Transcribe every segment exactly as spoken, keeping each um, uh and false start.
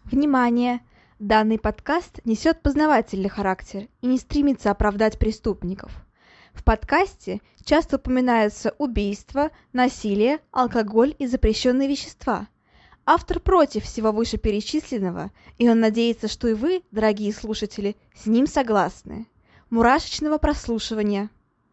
Внимание! Данный подкаст несет познавательный характер и не стремится оправдать преступников. В подкасте часто упоминаются убийства, насилие, алкоголь и запрещенные вещества. Автор против всего вышеперечисленного, и он надеется, что и вы, дорогие слушатели, с ним согласны. Мурашечного прослушивания!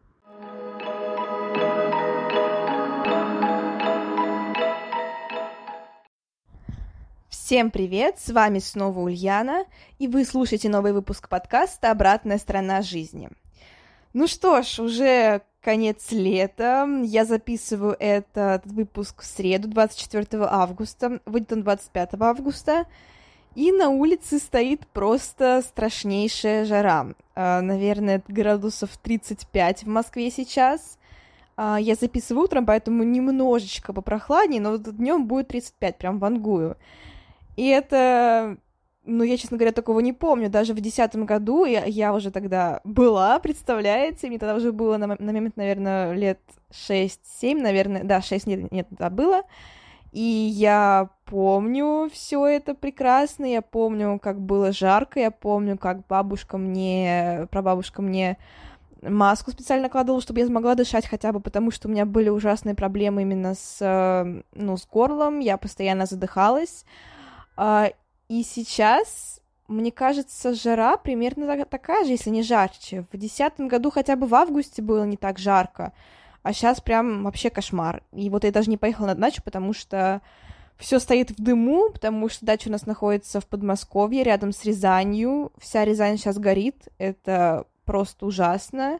Всем привет, с вами снова Ульяна, и вы слушаете новый выпуск подкаста «Обратная сторона жизни». Ну что ж, уже конец лета, я записываю этот выпуск в среду, двадцать четвёртого августа, выйдет он двадцать пятого августа, и на улице стоит просто страшнейшая жара, наверное, градусов тридцать пять в Москве сейчас. Я записываю утром, поэтому немножечко попрохладнее, но днем будет тридцать пять, прям вангую. И это, ну, я, честно говоря, такого не помню. Даже в десятом году я, я уже тогда была, представляете? Мне тогда уже было на, на момент, наверное, лет шесть-семь, наверное. Да, шесть, нет, нет, да, было. И я помню все это прекрасно. Я помню, как было жарко. Я помню, как бабушка мне, прабабушка мне маску специально накладывала, чтобы я смогла дышать хотя бы, потому что у меня были ужасные проблемы именно с, ну, с горлом. Я постоянно задыхалась. Uh, и сейчас, мне кажется, жара примерно такая же, если не жарче. В десятом году хотя бы в августе было не так жарко, а сейчас прям вообще кошмар. И вот я даже не поехала на дачу, потому что все стоит в дыму, потому что дача у нас находится в Подмосковье, рядом с Рязанью. Вся Рязань сейчас горит, это просто ужасно.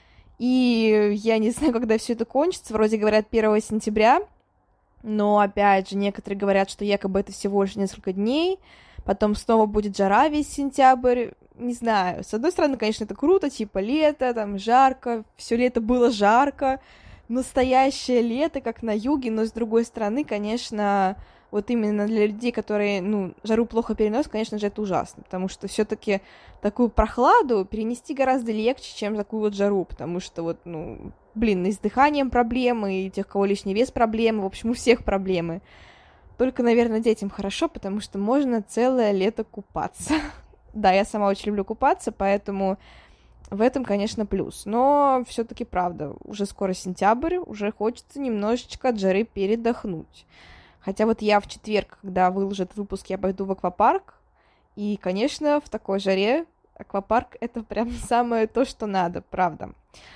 И я не знаю, когда все это кончится, вроде говорят первого сентября, но, опять же, некоторые говорят, что якобы это всего лишь несколько дней, потом снова будет жара весь сентябрь, не знаю. С одной стороны, конечно, это круто, типа лето, там жарко, все лето было жарко, настоящее лето, как на юге, но с другой стороны, конечно, вот именно для людей, которые, ну, жару плохо переносят, конечно же, это ужасно, потому что все-таки такую прохладу перенести гораздо легче, чем такую вот жару, потому что вот, ну, блин, и с дыханием проблемы, и тех, у кого лишний вес проблемы, в общем, у всех проблемы. Только, наверное, детям хорошо, потому что можно целое лето купаться. Да, я сама очень люблю купаться, поэтому в этом, конечно, плюс. Но все-таки правда, уже скоро сентябрь, уже хочется немножечко от жары передохнуть. Хотя вот я в четверг, когда выложат выпуск, я пойду в аквапарк, и, конечно, в такой жаре аквапарк — это прям самое то, что надо, правда.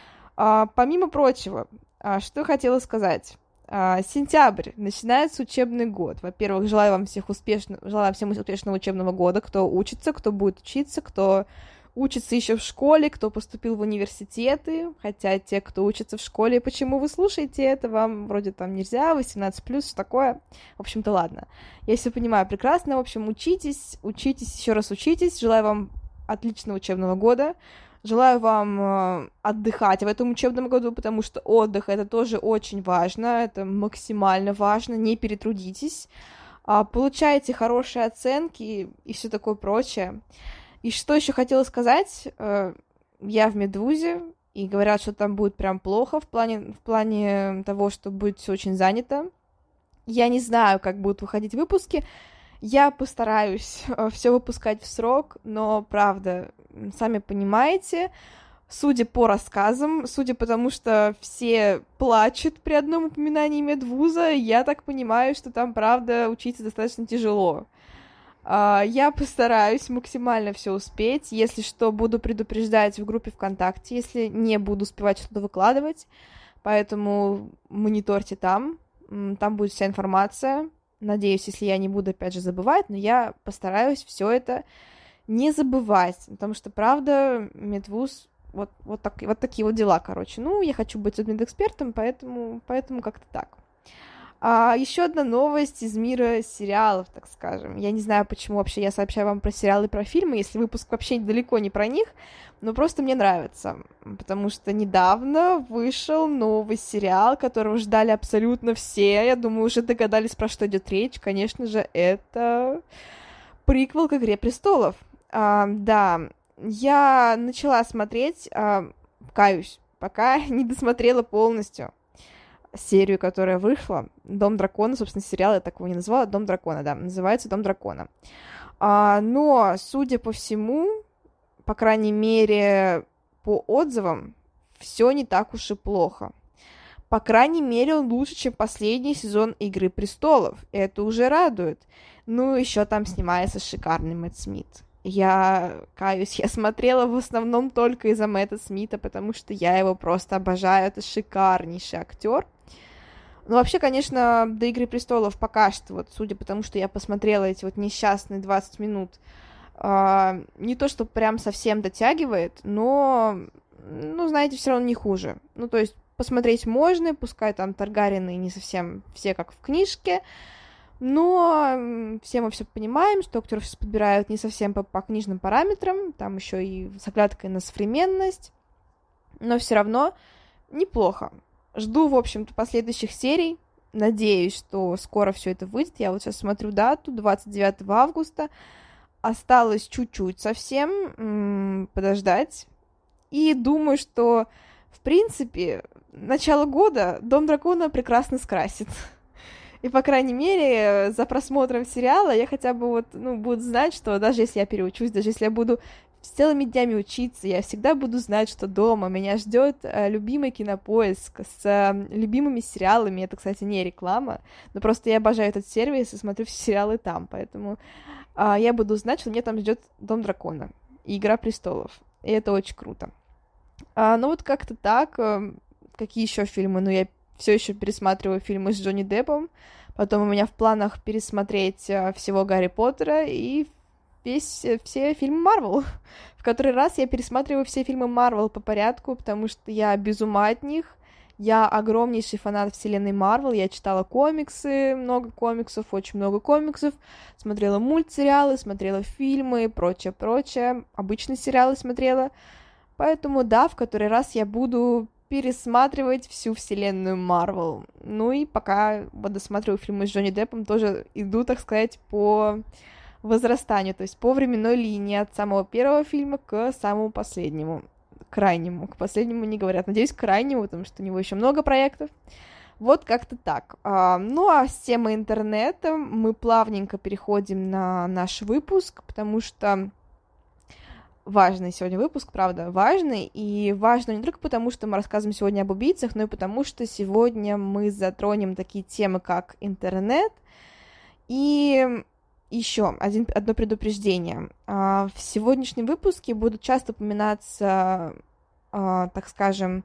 А, помимо прочего, а, что хотела сказать. А, сентябрь, начинается учебный год. Во-первых, желаю вам всех успешно, желаю всем успешного учебного года, кто учится, кто будет учиться, кто учится еще в школе, кто поступил в университеты, хотя те, кто учится в школе, почему вы слушаете это, вам вроде там нельзя, восемнадцать плюс, что такое, в общем-то, ладно. Я все понимаю прекрасно, в общем, учитесь, учитесь, еще раз учитесь, желаю вам отличного учебного года, желаю вам э, отдыхать в этом учебном году, потому что отдых — это тоже очень важно, это максимально важно, не перетрудитесь, э, получайте хорошие оценки и, и все такое прочее. И что еще хотела сказать, э, я в медвузе, и говорят, что там будет прям плохо в плане, в плане того, что будет все очень занято. Я не знаю, как будут выходить выпуски, я постараюсь э, все выпускать в срок, но, правда, сами понимаете, судя по рассказам, судя по тому, что все плачут при одном упоминании медвуза, я так понимаю, что там, правда, учиться достаточно тяжело. Uh, я постараюсь максимально все успеть. Если что, буду предупреждать в группе ВКонтакте, если не буду успевать что-то выкладывать. Поэтому мониторьте там. Там будет вся информация. Надеюсь, если я не буду, опять же, забывать, но я постараюсь все это не забывать. Потому что, правда, медвуз вот, вот, так, вот такие вот дела, короче. Ну, я хочу быть судмедэкспертом, поэтому, поэтому как-то так. А, еще одна новость из мира сериалов, так скажем. Я не знаю, почему вообще я сообщаю вам про сериалы и про фильмы, если выпуск вообще далеко не про них, но просто мне нравится, потому что недавно вышел новый сериал, которого ждали абсолютно все. Я думаю, уже догадались, про что идет речь. Конечно же, это приквел к «Игре престолов». А, да, я начала смотреть, а, каюсь, пока не досмотрела полностью серию, которая вышла, «Дом дракона», собственно, сериал я так его не назвала, «Дом дракона», да, называется «Дом дракона». А, но, судя по всему, по крайней мере, по отзывам, все не так уж и плохо. По крайней мере, он лучше, чем последний сезон «Игры престолов». Это уже радует. Ну, еще там снимается шикарный Мэтт Смит. Я, каюсь, я смотрела в основном только из-за Мэтта Смита, потому что я его просто обожаю. Это шикарнейший актер. Ну, вообще, конечно, до «Игры престолов» пока что, вот, судя по тому, что я посмотрела эти вот несчастные двадцать минут, э, не то, что прям совсем дотягивает, но, ну, знаете, все равно не хуже. Ну, то есть посмотреть можно, пускай там Таргариены не совсем все как в книжке, но все мы все понимаем, что актеров сейчас подбирают не совсем по, по книжным параметрам, там еще и с оглядкой на современность, но все равно неплохо. Жду, в общем-то, последующих серий. Надеюсь, что скоро все это выйдет. Я вот сейчас смотрю дату, двадцать девятого августа. Осталось чуть-чуть совсем м- подождать. И думаю, что, в принципе, начало года Дом дракона прекрасно скрасит. И, по крайней мере, за просмотром сериала я хотя бы вот, ну, буду знать, что даже если я переучусь, даже если я буду целыми днями учиться, я всегда буду знать, что дома меня ждет э, любимый Кинопоиск с э, любимыми сериалами. Это, кстати, не реклама, но просто я обожаю этот сервис и смотрю все сериалы там, поэтому э, я буду знать, что меня там ждет Дом дракона и Игра престолов, и это очень круто. А, ну вот как-то так. Э, какие еще фильмы? Ну, я все еще пересматриваю фильмы с Джонни Деппом, потом у меня в планах пересмотреть э, всего Гарри Поттера и весь, все фильмы Марвел. В который раз я пересматриваю все фильмы Марвел по порядку, потому что я без ума от них. Я огромнейший фанат вселенной Марвел. Я читала комиксы, много комиксов, очень много комиксов. Смотрела мультсериалы, смотрела фильмы и прочее, прочее. Обычные сериалы смотрела. Поэтому, да, в который раз я буду пересматривать всю вселенную Марвел. Ну и пока вот досматриваю фильмы с Джонни Деппом, тоже иду, так сказать, по возрастанию, то есть по временной линии от самого первого фильма к самому последнему, крайнему. К последнему не говорят, надеюсь, к крайнему, потому что у него еще много проектов. Вот как-то так. А, ну, а с темы интернета мы плавненько переходим на наш выпуск, потому что важный сегодня выпуск, правда, важный, и важный не только потому, что мы рассказываем сегодня об убийцах, но и потому, что сегодня мы затронем такие темы, как интернет, и еще один, одно предупреждение. В сегодняшнем выпуске будут часто упоминаться, так скажем,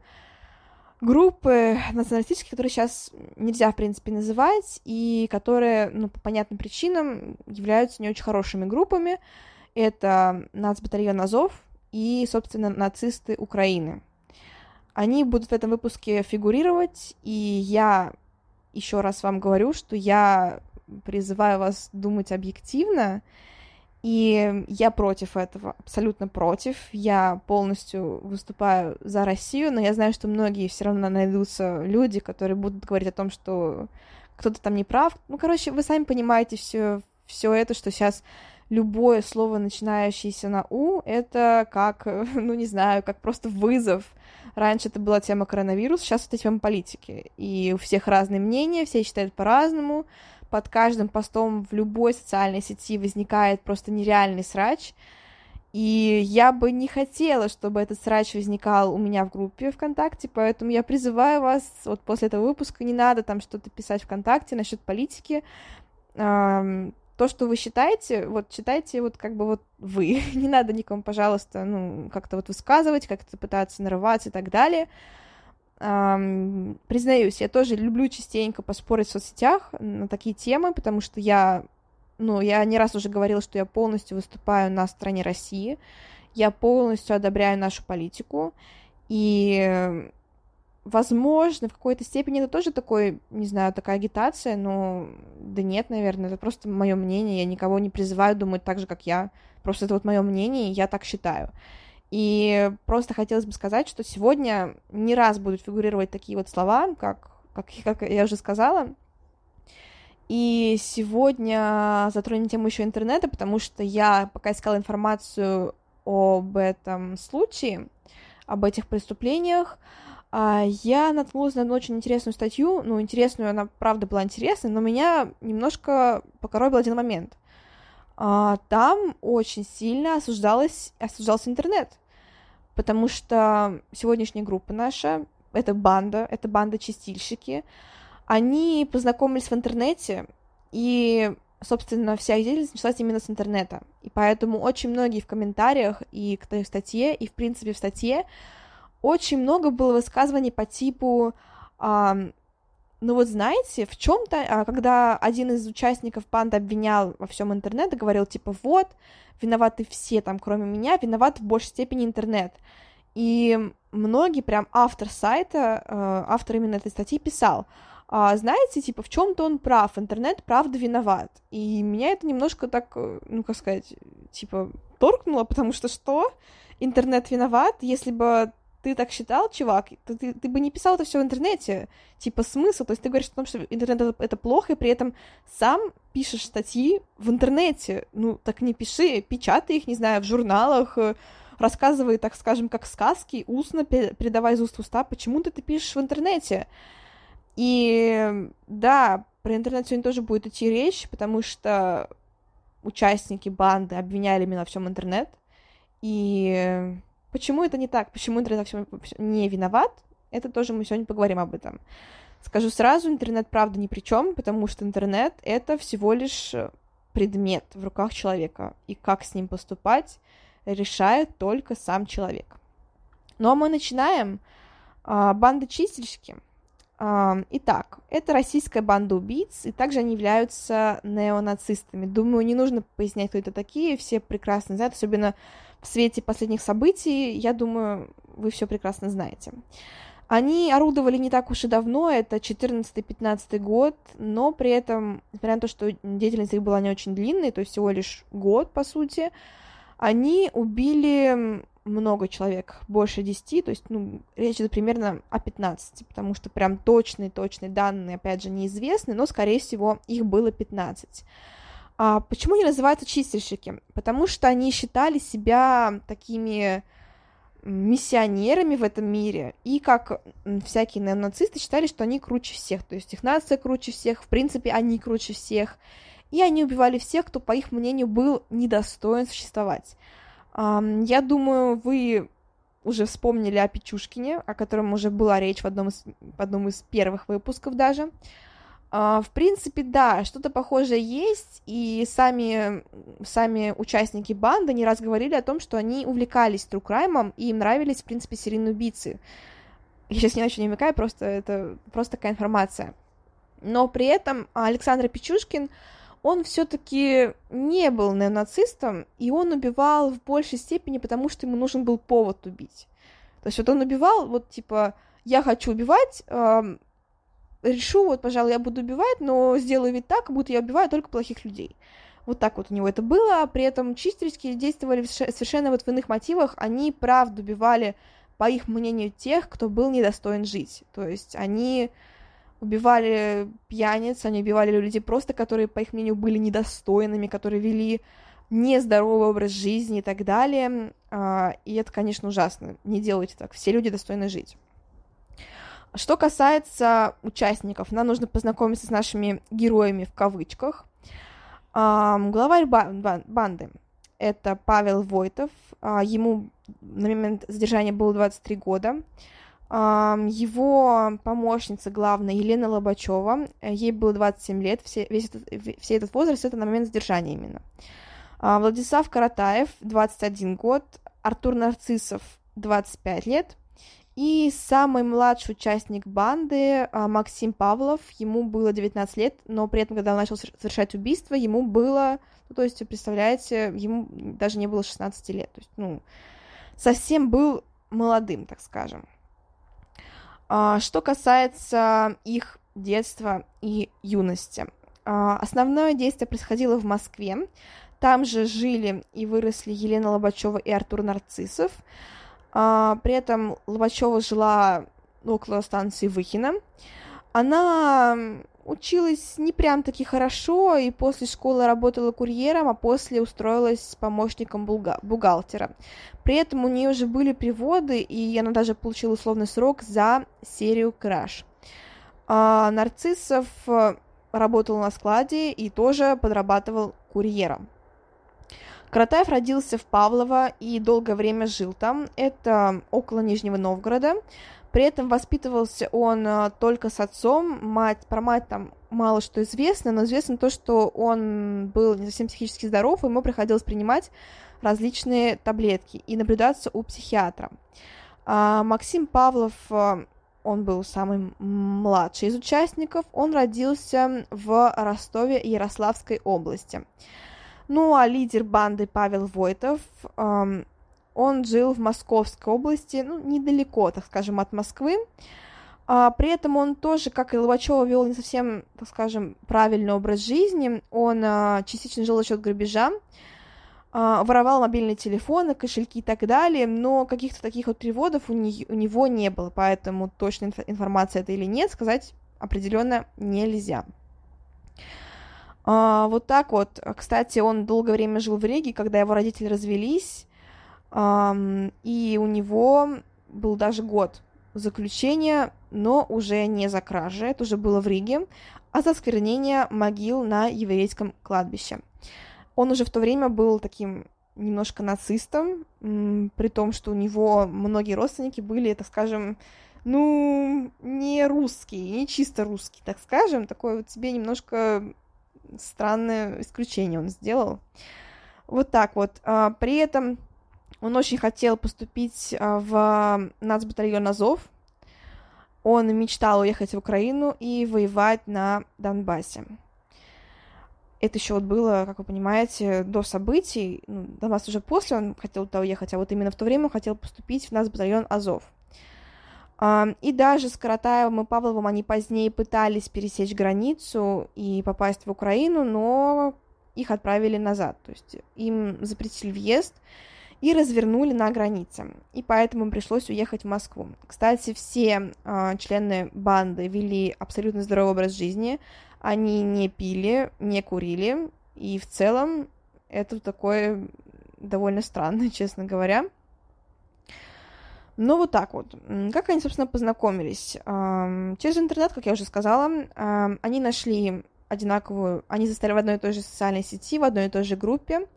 группы националистические, которые сейчас нельзя, в принципе, называть, и которые, ну, по понятным причинам являются не очень хорошими группами. Это нацбатальон Азов и, собственно, нацисты Украины. Они будут в этом выпуске фигурировать, и я еще раз вам говорю, что я призываю вас думать объективно, и я против этого, абсолютно против. Я полностью выступаю за Россию, но я знаю, что многие все равно найдутся люди, которые будут говорить о том, что кто-то там не прав. Ну, короче, вы сами понимаете все, все это, что сейчас любое слово, начинающееся на «у», это как, ну, не знаю, как просто вызов. Раньше это была тема коронавирус, сейчас это тема политики. И у всех разные мнения, все считают по-разному. Под каждым постом в любой социальной сети возникает просто нереальный срач. И я бы не хотела, чтобы этот срач возникал у меня в группе ВКонтакте, поэтому я призываю вас, вот после этого выпуска не надо там что-то писать ВКонтакте насчет политики. То, что вы считаете, вот считайте вот как бы вот вы. Не надо никому, пожалуйста, ну, как-то вот высказывать, как-то пытаться нарываться и так далее. Um, признаюсь, я тоже люблю частенько поспорить в соцсетях на такие темы, потому что я, ну, я не раз уже говорила, что я полностью выступаю на стороне России, я полностью одобряю нашу политику, и, возможно, в какой-то степени это тоже такой, не знаю, такая агитация, но да нет, наверное, это просто мое мнение, я никого не призываю думать так же, как я, просто это вот мое мнение, и я так считаю. И просто хотелось бы сказать, что сегодня не раз будут фигурировать такие вот слова, как, как, как я уже сказала. И сегодня затронем тему еще интернета, потому что я, пока искала информацию об этом случае, об этих преступлениях, я наткнулась на одну очень интересную статью. Ну, интересную, она правда была интересной, но меня немножко покоробил один момент. а, там очень сильно осуждалось, осуждался интернет, потому что сегодняшняя группа наша, это банда, это банда-чистильщики, они познакомились в интернете, и, собственно, вся их деятельность началась именно с интернета. И поэтому очень многие в комментариях и в статье, и, в принципе, в статье очень много было высказываний по типу, а, ну вот знаете, в чем-то, а, когда один из участников банды обвинял во всем интернет и говорил, типа, вот, виноваты все там, кроме меня, виноват в большей степени интернет. И многие, прям автор сайта, автор именно этой статьи писал, а, знаете, типа, в чем-то он прав, интернет правда виноват. И меня это немножко так, ну, как сказать, типа, торкнуло, потому что что? Интернет виноват? Если бы ты так считал, чувак, ты, ты, ты бы не писал это все в интернете. Типа, смысл? То есть ты говоришь о том, что интернет это, это плохо, и при этом сам пишешь статьи в интернете. Ну, так не пиши, печатай их, не знаю, в журналах, рассказывай, так скажем, как сказки, устно передавай из уст в уста, почему ты это пишешь в интернете. И да, про интернет сегодня тоже будет идти речь, потому что участники банды обвиняли меня во всем интернет. И почему это не так? Почему интернет во всем не виноват? Это тоже мы сегодня поговорим об этом. Скажу сразу, интернет правда ни при чем, потому что интернет — это всего лишь предмет в руках человека. И как с ним поступать, решает только сам человек. Ну а мы начинаем. Банды-чистильщики. Итак, это российская банда убийц, и также они являются неонацистами. Думаю, не нужно пояснять, кто это такие, все прекрасно знают, особенно в свете последних событий, я думаю, вы все прекрасно знаете. Они орудовали не так уж и давно, это четырнадцатый-пятнадцатый год, но при этом, несмотря на то, что деятельность их была не очень длинной, то есть всего лишь год, по сути, они убили много человек, больше десяти, то есть, ну, речь идет примерно о пятнадцати, потому что прям точные-точные данные, опять же, неизвестны, но, скорее всего, их было пятнадцать. А почему они называются чистильщики? Потому что они считали себя такими миссионерами в этом мире, и как всякие неонацисты считали, что они круче всех, то есть их нация круче всех, в принципе, они круче всех, и они убивали всех, кто, по их мнению, был недостоин существовать. Я думаю, вы уже вспомнили о Печушкине, о котором уже была речь в одном из, в одном из первых выпусков даже. В принципе, да, что-то похожее есть, и сами, сами участники банды не раз говорили о том, что они увлекались true crime, и им нравились, в принципе, серийные убийцы. Я сейчас ни на что не намекаю, просто это просто такая информация. Но при этом Александр Печушкин, он все-таки не был неонацистом, и он убивал в большей степени, потому что ему нужен был повод убить. То есть вот он убивал, вот типа, я хочу убивать, э, решу, вот, пожалуй, я буду убивать, но сделаю вид так, как будто я убиваю только плохих людей. Вот так вот у него это было, при этом чистильщики действовали совершенно вот в иных мотивах, они правда убивали, по их мнению, тех, кто был недостоин жить. То есть они убивали пьяниц, они убивали людей просто, которые, по их мнению, были недостойными, которые вели нездоровый образ жизни и так далее. И это, конечно, ужасно. Не делайте так. Все люди достойны жить. Что касается участников, нам нужно познакомиться с нашими героями в кавычках. Главарь банды — это Павел Войтов. Ему на момент задержания было двадцать три года. Его помощница главная Елена Лобачева, ей было двадцать семь лет, все, весь этот, весь этот возраст — это на момент задержания именно. Владислав Каратаев, двадцать один год, Артур Нарциссов, двадцать пять лет, и самый младший участник банды Максим Павлов, ему было девятнадцать лет, но при этом, когда он начал совершать убийство, ему было, ну, то есть, представляете, ему даже не было шестнадцати лет, то есть, ну, совсем был молодым, так скажем. Что касается их детства и юности. Основное действие происходило в Москве. Там же жили и выросли Елена Лобачева и Артур Нарциссов. При этом Лобачева жила около станции Выхино. Она училась не прям таки хорошо, и после школы работала курьером, а после устроилась помощником булга- бухгалтера. При этом у нее уже были приводы, и она даже получила условный срок за серию краж. А Нарциссов работал на складе и тоже подрабатывал курьером. Каратаев родился в Павлово и долгое время жил там. Это около Нижнего Новгорода. При этом воспитывался он только с отцом. Мать, про мать там мало что известно, но известно то, что он был не совсем психически здоров, и ему приходилось принимать различные таблетки и наблюдаться у психиатра. А Максим Павлов, он был самый младший из участников. Он родился в Ростове Ярославской области. Ну, а лидер банды Павел Войтов, эм, он жил в Московской области, ну, недалеко, так скажем, от Москвы. А, при этом он тоже, как и Лобачева, вел не совсем, так скажем, правильный образ жизни. Он а, частично жил за счет грабежа, а, воровал мобильные телефоны, кошельки и так далее, но каких-то таких вот переводов у, не, у него не было, поэтому точная инф- информация это или нет сказать определенно нельзя. Uh, вот так вот. Кстати, он долгое время жил в Риге, когда его родители развелись, um, и у него был даже год заключения, но уже не за кражи, это уже было в Риге, а за осквернение могил на еврейском кладбище. Он уже в то время был таким немножко нацистом, м, при том, что у него многие родственники были, так скажем, ну, не русские, не чисто русские, так скажем, такое вот себе немножко... странное исключение он сделал. Вот так вот. При этом он очень хотел поступить в нацбатальон Азов. Он мечтал уехать в Украину и воевать на Донбассе. Это еще вот было, как вы понимаете, до событий. Ну, Донбасс уже после он хотел туда уехать, а вот именно в то время он хотел поступить в нацбатальон Азов. И даже с Каратаевым и Павловым они позднее пытались пересечь границу и попасть в Украину, но их отправили назад. То есть им запретили въезд и развернули на границе. И поэтому им пришлось уехать в Москву. Кстати, все э, члены банды вели абсолютно здоровый образ жизни. Они не пили, не курили. И в целом это такое довольно странно, честно говоря. Ну, вот так вот. Как они, собственно, познакомились? Через интернет, как я уже сказала, они нашли одинаковую... Они застали в одной и той же социальной сети, в одной и той же группе.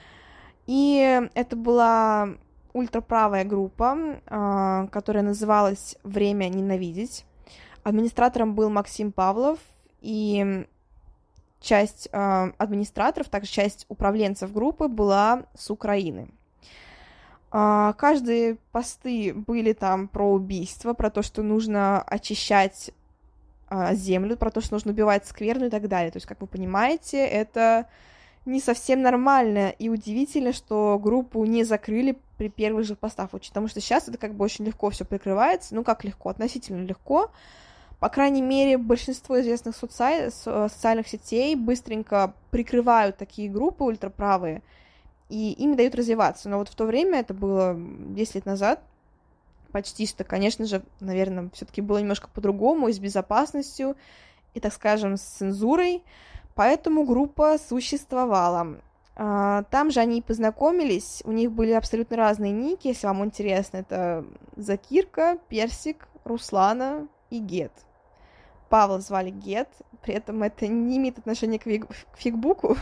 И это была ультраправая группа, которая называлась «Время ненавидеть». Администратором был Максим Павлов, и часть администраторов, также часть управленцев группы была с Украины. Uh, каждые посты были там про убийство, про то, что нужно очищать uh, землю, про то, что нужно убивать скверну и так далее. То есть, как вы понимаете, это не совсем нормально и удивительно, что группу не закрыли при первых же постах, потому что сейчас это как бы очень легко все прикрывается, ну как легко, относительно легко. По крайней мере, большинство известных соци... социальных сетей быстренько прикрывают такие группы ультраправые, и им дают развиваться. Но вот в то время, это было десять лет назад, почти что, конечно же, наверное, все-таки было немножко по-другому, и с безопасностью, и, так скажем, с цензурой, поэтому группа существовала. Там же они и познакомились, у них были абсолютно разные ники, если вам интересно, это Закирка, Персик, Руслана и Гет. Павла звали Гет, при этом это не имеет отношения к, виг- к фигбуку.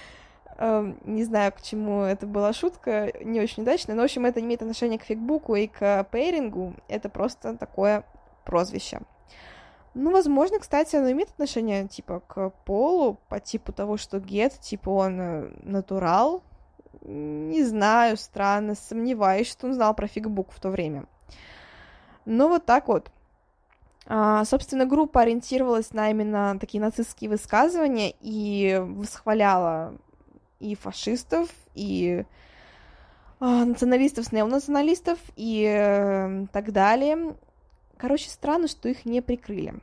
Не знаю, к чему это была шутка, не очень удачная, но, в общем, это не имеет отношения к фигбуку и к пейрингу, это просто такое прозвище. Ну, возможно, кстати, оно имеет отношение, типа, к полу, по типу того, что Гет, типа, он натурал. Не знаю, странно, сомневаюсь, что он знал про фигбук в то время. Ну, вот так вот. А, собственно, группа ориентировалась на именно такие нацистские высказывания и восхваляла и фашистов, и а, националистов с неонационалистов, и э, так далее. Короче, странно, что их не прикрыли.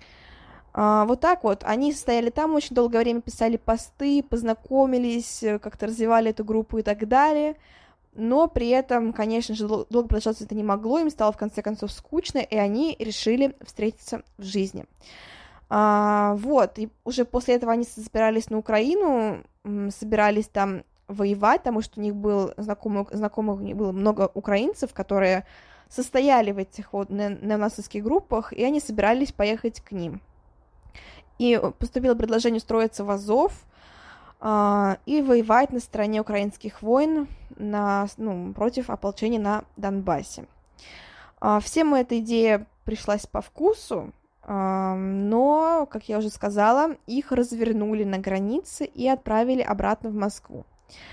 А, вот так вот. Они стояли там очень долгое время, писали посты, познакомились, как-то развивали эту группу и так далее. Но при этом, конечно же, долго продолжаться это не могло, им стало в конце концов скучно, и они решили встретиться в жизни. А, вот, и уже после этого они собирались на Украину, собирались там воевать, потому что у них был знакомый, знакомых, у них было много украинцев, которые состояли в этих вот неонацистских группах, и они собирались поехать к ним. И поступило предложение устроиться в Азов. а, и воевать на стороне украинских войн на, ну, против ополчения на Донбассе. А, всем эта идея пришлась по вкусу, а, но, как я уже сказала, их развернули на границе и отправили обратно в Москву.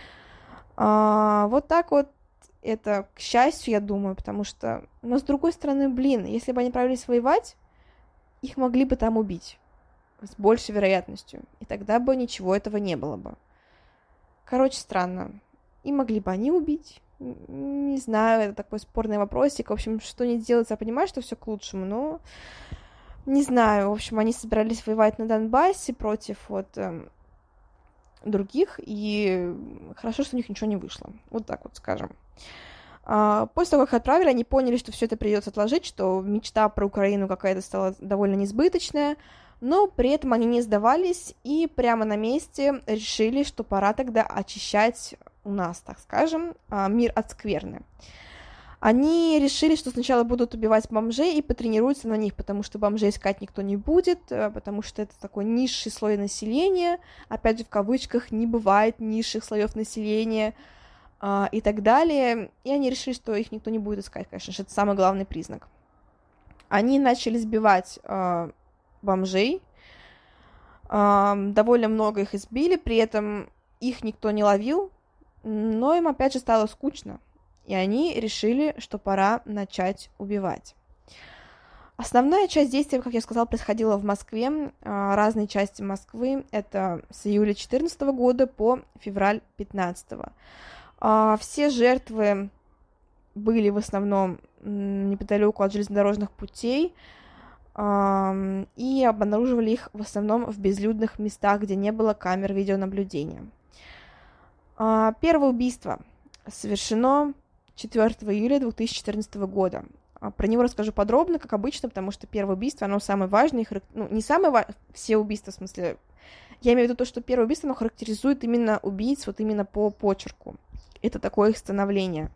А, вот так вот. Это, к счастью, я думаю, потому что... Но, с другой стороны, блин, если бы они отправились воевать, их могли бы там убить с большей вероятностью, и тогда бы ничего этого не было бы. Короче, странно. И могли бы они убить. Не знаю, это такой спорный вопросик. В общем, что не делается, я понимаю, что все к лучшему, но... Не знаю, в общем, они собирались воевать на Донбассе против вот э, других, и хорошо, что у них ничего не вышло. Вот так вот скажем. После того, как их отправили, они поняли, что все это придется отложить, что мечта про Украину какая-то стала довольно несбыточная, но при этом они не сдавались и прямо на месте решили, что пора тогда очищать у нас, так скажем, мир от скверны. Они решили, что сначала будут убивать бомжей и потренируются на них, потому что бомжей искать никто не будет, потому что это такой низший слой населения, опять же, в кавычках, не бывает низших слоев населения, и так далее, и они решили, что их никто не будет искать, конечно же, это самый главный признак. Они начали сбивать э, бомжей, э, довольно много их избили, при этом их никто не ловил, но им опять же стало скучно, и они решили, что пора начать убивать. Основная часть действия, как я сказала, происходила в Москве, э, разные части Москвы, это с июля две тысячи четырнадцатого года по февраль две тысячи пятнадцатого. Uh, все жертвы были в основном неподалеку от железнодорожных путей, uh, и обнаруживали их в основном в безлюдных местах, где не было камер видеонаблюдения. Uh, первое убийство совершено четвёртого июля две тысячи четырнадцатого года. Uh, про него расскажу подробно, как обычно, потому что первое убийство, оно самое важное, ну, не самое важное, все убийства, в смысле, я имею в виду то, что первое убийство, оно характеризует именно убийц, вот именно по почерку. Это такое их становление.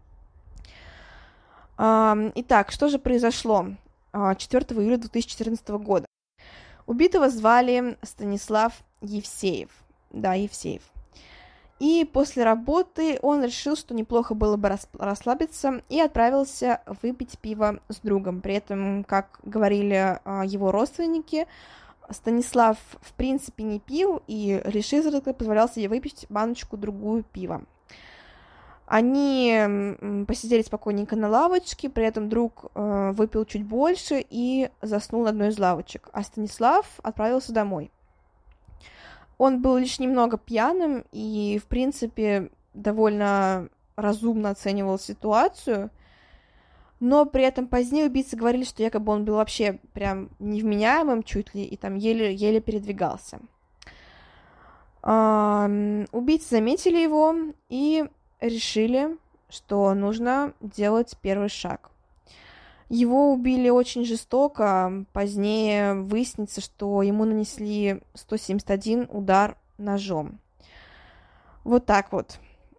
Итак, что же произошло четвёртого июля две тысячи четырнадцатого года? Убитого звали Станислав Евсеев. Да, Евсеев. И после работы он решил, что неплохо было бы расслабиться, и отправился выпить пиво с другом. При этом, как говорили его родственники, Станислав в принципе не пил и лишь изредка позволял себе выпить баночку-другую пива. Они посидели спокойненько на лавочке, при этом друг э, выпил чуть больше и заснул на одной из лавочек, а Станислав отправился домой. Он был лишь немного пьяным и, в принципе, довольно разумно оценивал ситуацию, но при этом позднее убийцы говорили, что якобы он был вообще прям невменяемым чуть ли и там еле-еле передвигался. Э, убийцы заметили его и решили, что нужно делать первый шаг. Его убили очень жестоко. Позднее выяснится, что ему нанесли сто семьдесят один удар ножом. Вот так вот.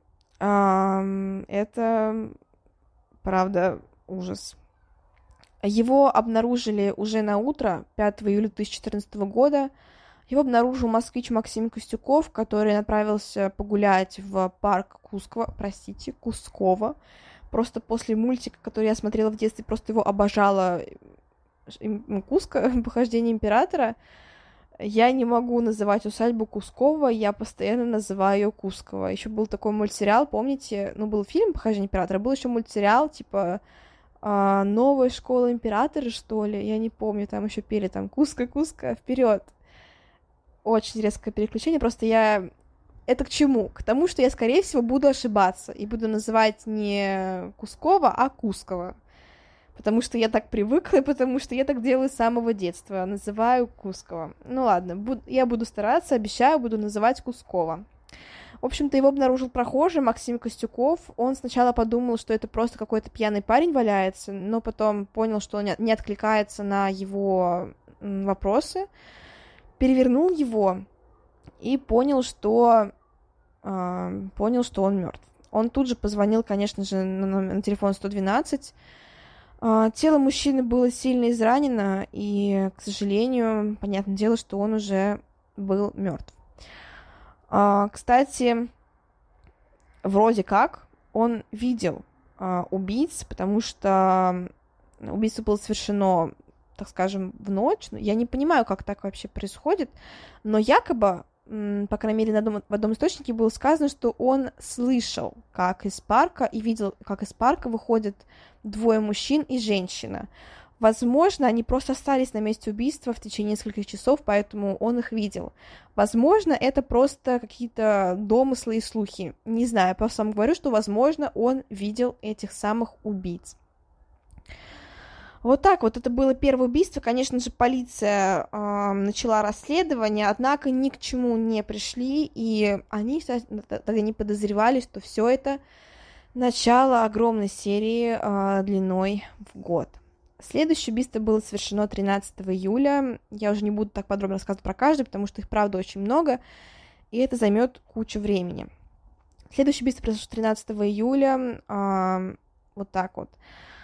Это, правда, ужас. Его обнаружили уже на утро, пятого июля две тысячи четырнадцатого года. Его обнаружил москвич Максим Костюков, который направился погулять в парк Кускова, простите, Кускова. Просто после мультика, который я смотрела в детстве, просто его обожала Куска, похождение императора. Я не могу называть усадьбу Кускова, я постоянно называю ее Кускова. Еще был такой мультсериал, помните? Ну, был фильм «Похождение императора», был еще мультсериал, типа «Новая школа императора», что ли, я не помню, там еще пели там «Куска, Куска, вперед». Очень резкое переключение, просто я... Это к чему? К тому, что я, скорее всего, буду ошибаться и буду называть не Кускова, а Кускова. Потому что я так привыкла, и потому что я так делаю с самого детства. Называю Кускова. Ну ладно, буд... я буду стараться, обещаю, буду называть Кускова. В общем-то, его обнаружил прохожий Максим Костюков. Он сначала подумал, что это просто какой-то пьяный парень валяется, но потом понял, что он не откликается на его вопросы. Перевернул его и понял, что э, понял, что он мертв. Он тут же позвонил, конечно же, на, на телефон сто двенадцать. Э, тело мужчины было сильно изранено, и, к сожалению, понятное дело, что он уже был мертв. А, кстати, вроде как он видел а, убийц, потому что убийство было совершено, так скажем, в ночь. Я не понимаю, как так вообще происходит, но якобы, по крайней мере, на одном, в одном источнике было сказано, что он слышал, как из парка, и видел, как из парка выходят двое мужчин и женщина. Возможно, они просто остались на месте убийства в течение нескольких часов, поэтому он их видел. Возможно, это просто какие-то домыслы и слухи. Не знаю, я просто вам говорю, что, возможно, он видел этих самых убийц. Вот так вот, это было первое убийство. Конечно же, полиция э, начала расследование, однако ни к чему не пришли, и они тогда не подозревали, что все это начало огромной серии э, длиной в год. Следующее убийство было совершено тринадцатого июля. Я уже не буду так подробно рассказывать про каждое, потому что их, правда, очень много, и это займет кучу времени. Следующее убийство произошло тринадцатого июля. Э, вот так вот.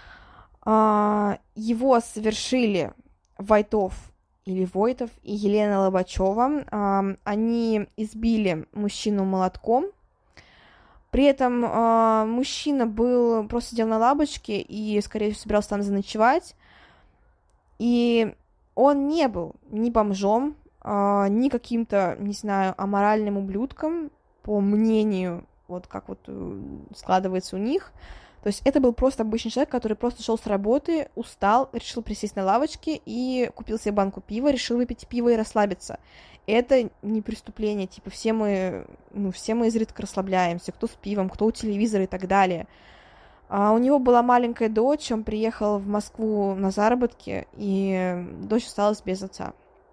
Uh, его совершили Войтов или Войтов и Елена Лобачева. Uh, они избили мужчину молотком. При этом uh, мужчина был просто сидел на лавочке и, скорее всего, собирался там заночевать. И он не был ни бомжом, uh, ни каким-то, не знаю, аморальным ублюдком, по мнению, вот как вот складывается у них. То есть это был просто обычный человек, который просто шел с работы, устал, решил присесть на лавочке и купил себе банку пива, решил выпить пиво и расслабиться. Это не преступление, типа все мы, ну, все мы изредка расслабляемся, кто с пивом, кто у телевизора и так далее. А у него была маленькая дочь, он приехал в Москву на заработки, и дочь осталась без отца.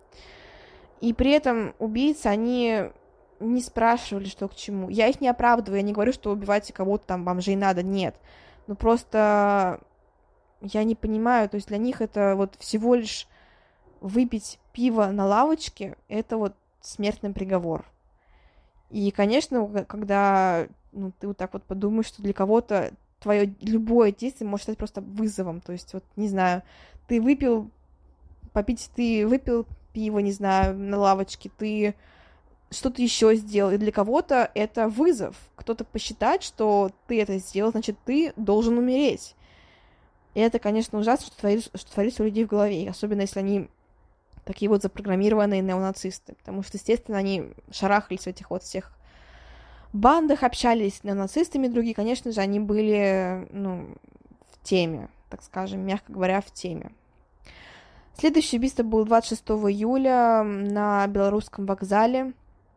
И при этом убийцы, они не спрашивали, что к чему. Я их не оправдываю, я не говорю, что убивайте кого-то там, бомжей надо, нет. Ну просто я не понимаю, то есть для них это вот всего лишь выпить пиво на лавочке, это вот смертный приговор. И, конечно, когда ну, ты вот так вот подумаешь, что для кого-то твое любое действие может стать просто вызовом, то есть вот, не знаю, ты выпил, попить, ты выпил пиво, не знаю, на лавочке, ты что-то еще сделал, и для кого-то это вызов. Кто-то посчитает, что ты это сделал, значит, ты должен умереть. И это, конечно, ужасно, что творится, что творится у людей в голове, особенно если они такие вот запрограммированные неонацисты, потому что, естественно, они шарахались в этих вот всех бандах, общались с неонацистами, другие, конечно же, они были, ну, в теме, так скажем, мягко говоря, в теме. Следующее убийство было двадцать шестого июля на Белорусском вокзале.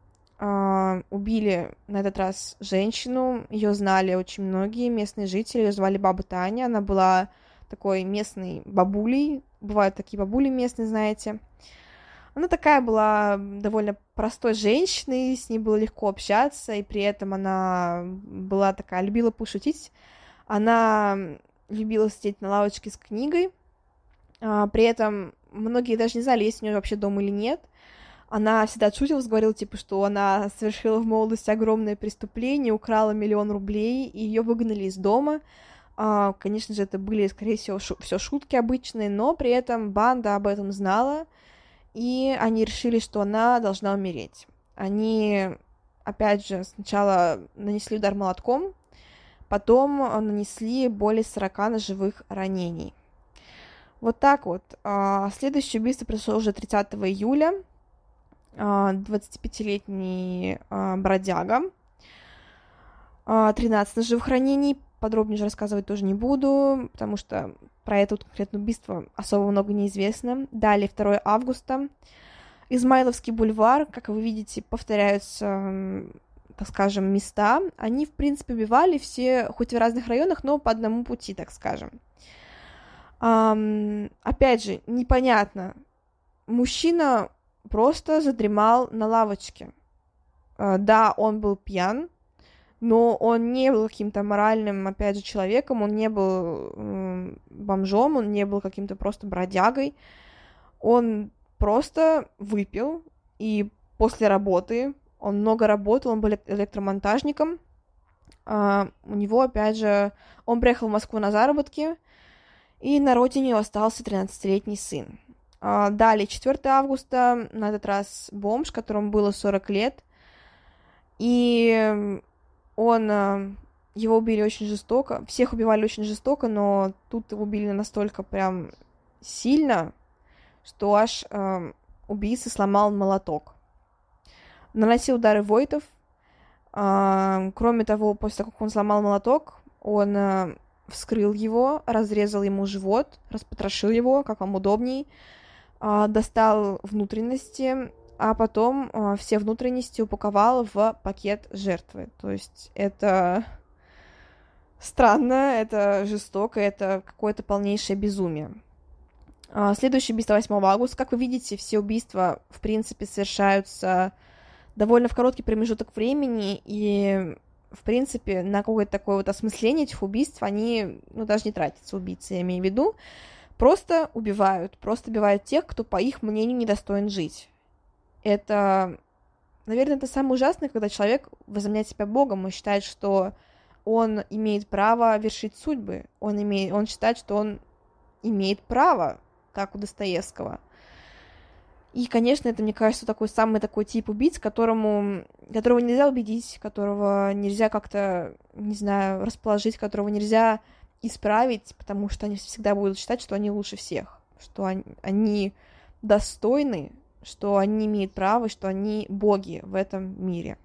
Uh, убили на этот раз женщину, ее знали очень многие местные жители, ее звали Баба Таня, она была такой местной бабулей, бывают такие бабули местные, знаете. Она такая была довольно простой женщиной, с ней было легко общаться, и при этом она была такая, любила пошутить, она любила сидеть на лавочке с книгой, uh, при этом многие даже не знали, есть у нее вообще дом или нет. Она всегда шутилась, говорила, типа, что она совершила в молодости огромное преступление, украла миллион рублей, и ее выгнали из дома. А, конечно же, это были, скорее всего, шу- все шутки обычные, но при этом банда об этом знала, и они решили, что она должна умереть. Они, опять же, сначала нанесли удар молотком, потом нанесли более сорока ножевых ранений. Вот так вот. А, следующее убийство произошло уже тридцатого июля. двадцатипятилетний бродяга, тринадцать ножевых ранений, подробнее уже рассказывать тоже не буду, потому что про это вот конкретное убийство особо много неизвестно. Далее, второго августа, Измайловский бульвар, как вы видите, повторяются, так скажем, места. Они, в принципе, убивали все, хоть в разных районах, но по одному пути, так скажем. Um, опять же, непонятно. Мужчина просто задремал на лавочке. Uh, да, он был пьян, но он не был каким-то моральным, опять же, человеком, он не был э, бомжом, он не был каким-то просто бродягой. Он просто выпил, и после работы, он много работал, он был электромонтажником. Uh, у него, опять же, он приехал в Москву на заработки, и на родине остался тринадцатилетний сын. Uh, далее, четвёртого августа, на этот раз бомж, которому было сорок лет. И он... Его убили очень жестоко. Всех убивали очень жестоко, но тут его убили настолько прям сильно, что аж э, убийца сломал молоток. Наносил удары войтов. Э, кроме того, после того, как он сломал молоток, он э, вскрыл его, разрезал ему живот, распотрошил его, как вам удобней, э, достал внутренности, а потом э, все внутренности упаковал в пакет жертвы. То есть это... Странно, это жестоко, это какое-то полнейшее безумие. Следующее убийство восьмого августа. Как вы видите, все убийства, в принципе, совершаются довольно в короткий промежуток времени, и, в принципе, на какое-то такое вот осмысление этих убийств они, ну, даже не тратятся, убийцы, я имею в виду, просто убивают, просто убивают тех, кто, по их мнению, недостоин жить. Это, наверное, это самое ужасное, когда человек возомняет себя Богом и считает, что он имеет право вершить судьбы, он, имеет, он считает, что он имеет право, как у Достоевского. И, конечно, это, мне кажется, такой самый такой тип убийц, которому, которого нельзя убедить, которого нельзя как-то, не знаю, расположить, которого нельзя исправить, потому что они всегда будут считать, что они лучше всех, что они, они достойны, что они имеют право, что они боги в этом мире.